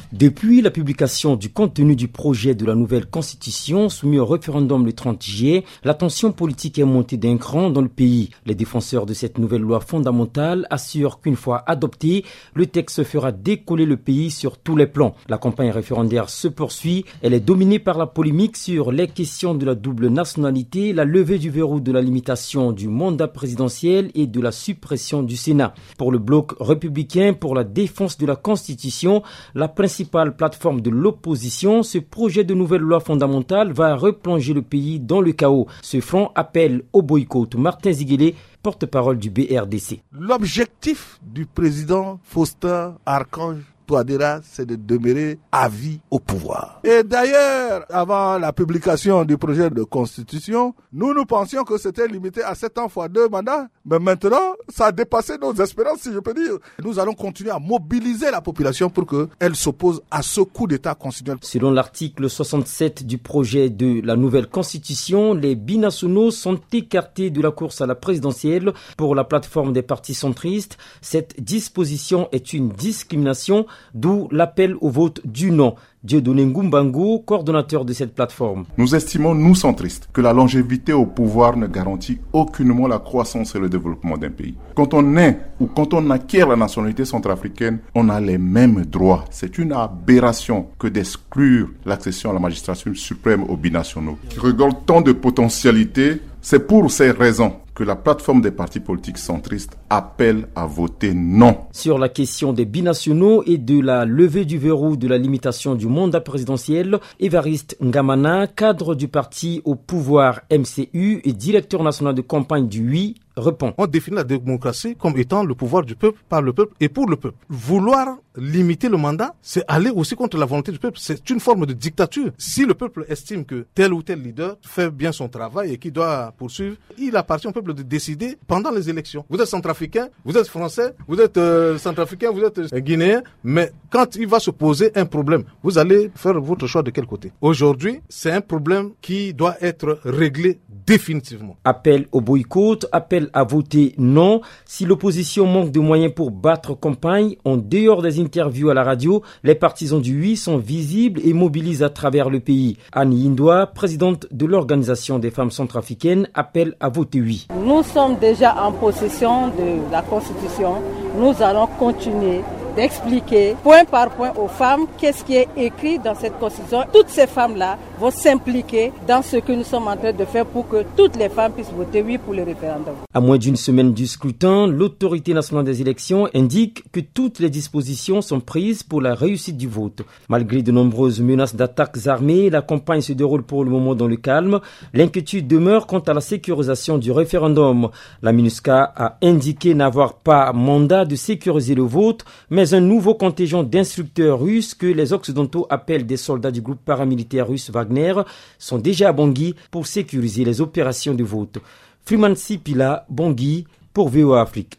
Depuis la publication du contenu du projet de la nouvelle constitution soumis au référendum le 30 juillet, la tension politique est montée d'un cran dans le pays. Les défenseurs de cette nouvelle loi fondamentale assurent qu'une fois adoptée, le texte fera décoller le pays sur tous les plans. La campagne référendaire se poursuit. Elle est dominée par la polémique sur les questions de la double nationalité, la levée du verrou de la limitation du mandat présidentiel et de la suppression du Sénat. Pour le bloc républicain, pour la défense de la Constitution, la principale plateforme de l'opposition, ce projet de nouvelle loi fondamentale va replonger le pays dans le chaos. Ce front appelle au boycott. Martin Ziguélé, porte-parole du BRDC. L'objectif du président Faustin Archange Touadéra, c'est de demeurer à vie au pouvoir. Et d'ailleurs, avant la publication du projet de constitution, nous pensions que c'était limité à 7 ans fois 2 mandats. Mais maintenant, ça a dépassé nos espérances, si je peux dire. Nous allons continuer à mobiliser la population pour qu'elle s'oppose à ce coup d'État constitutionnel. Selon l'article 67 du projet de la nouvelle constitution, les binationaux sont écartés de la course à la présidentielle. Pour la plateforme des partis centristes, cette disposition est une discrimination, d'où l'appel au vote du non. Dieudonné Ngumbango, coordonnateur de cette plateforme. Nous estimons, nous centristes, que la longévité au pouvoir ne garantit aucunement la croissance et le développement d'un pays. Quand on est ou quand on acquiert la nationalité centrafricaine, on a les mêmes droits. C'est une aberration que d'exclure l'accession à la magistrature suprême aux binationaux, qui regorgent tant de potentialités. C'est pour ces raisons que la plateforme des partis politiques centristes appelle à voter non. Sur la question des binationaux et de la levée du verrou de la limitation du mandat présidentiel, Évariste Ngamana, cadre du parti au pouvoir MCU et directeur national de campagne du Oui, répond. On définit la démocratie comme étant le pouvoir du peuple, par le peuple et pour le peuple. Vouloir limiter le mandat, c'est aller aussi contre la volonté du peuple. C'est une forme de dictature. Si le peuple estime que tel ou tel leader fait bien son travail et qu'il doit poursuivre, il appartient au peuple de décider pendant les élections. Vous êtes centrafricain, vous êtes français, vous êtes centrafricain, vous êtes guinéen, mais quand il va se poser un problème, vous allez faire votre choix de quel côté. Aujourd'hui, c'est un problème qui doit être réglé définitivement. Appel au boycott, appel à voter non. Si l'opposition manque de moyens pour battre campagne, en dehors des interviews à la radio, les partisans du Oui sont visibles et mobilisent à travers le pays. Annie Indoa, présidente de l'Organisation des femmes centrafricaines, appelle à voter oui. Nous sommes déjà en possession de la Constitution. Nous allons continuer d'expliquer point par point aux femmes qu'est-ce qui est écrit dans cette Constitution. Toutes ces femmes-là vont s'impliquer dans ce que nous sommes en train de faire pour que toutes les femmes puissent voter oui pour le référendum. À moins d'une semaine du scrutin, l'autorité nationale des élections indique que toutes les dispositions sont prises pour la réussite du vote. Malgré de nombreuses menaces d'attaques armées, la campagne se déroule pour le moment dans le calme. L'inquiétude demeure quant à la sécurisation du référendum. La MINUSCA a indiqué n'avoir pas mandat de sécuriser le vote, mais un nouveau contingent d'instructeurs russes que les Occidentaux appellent des soldats du groupe paramilitaire russe Wagner sont déjà à Bangui pour sécuriser les opérations de vote. Freeman Sipila, Bangui, pour VOA Afrique.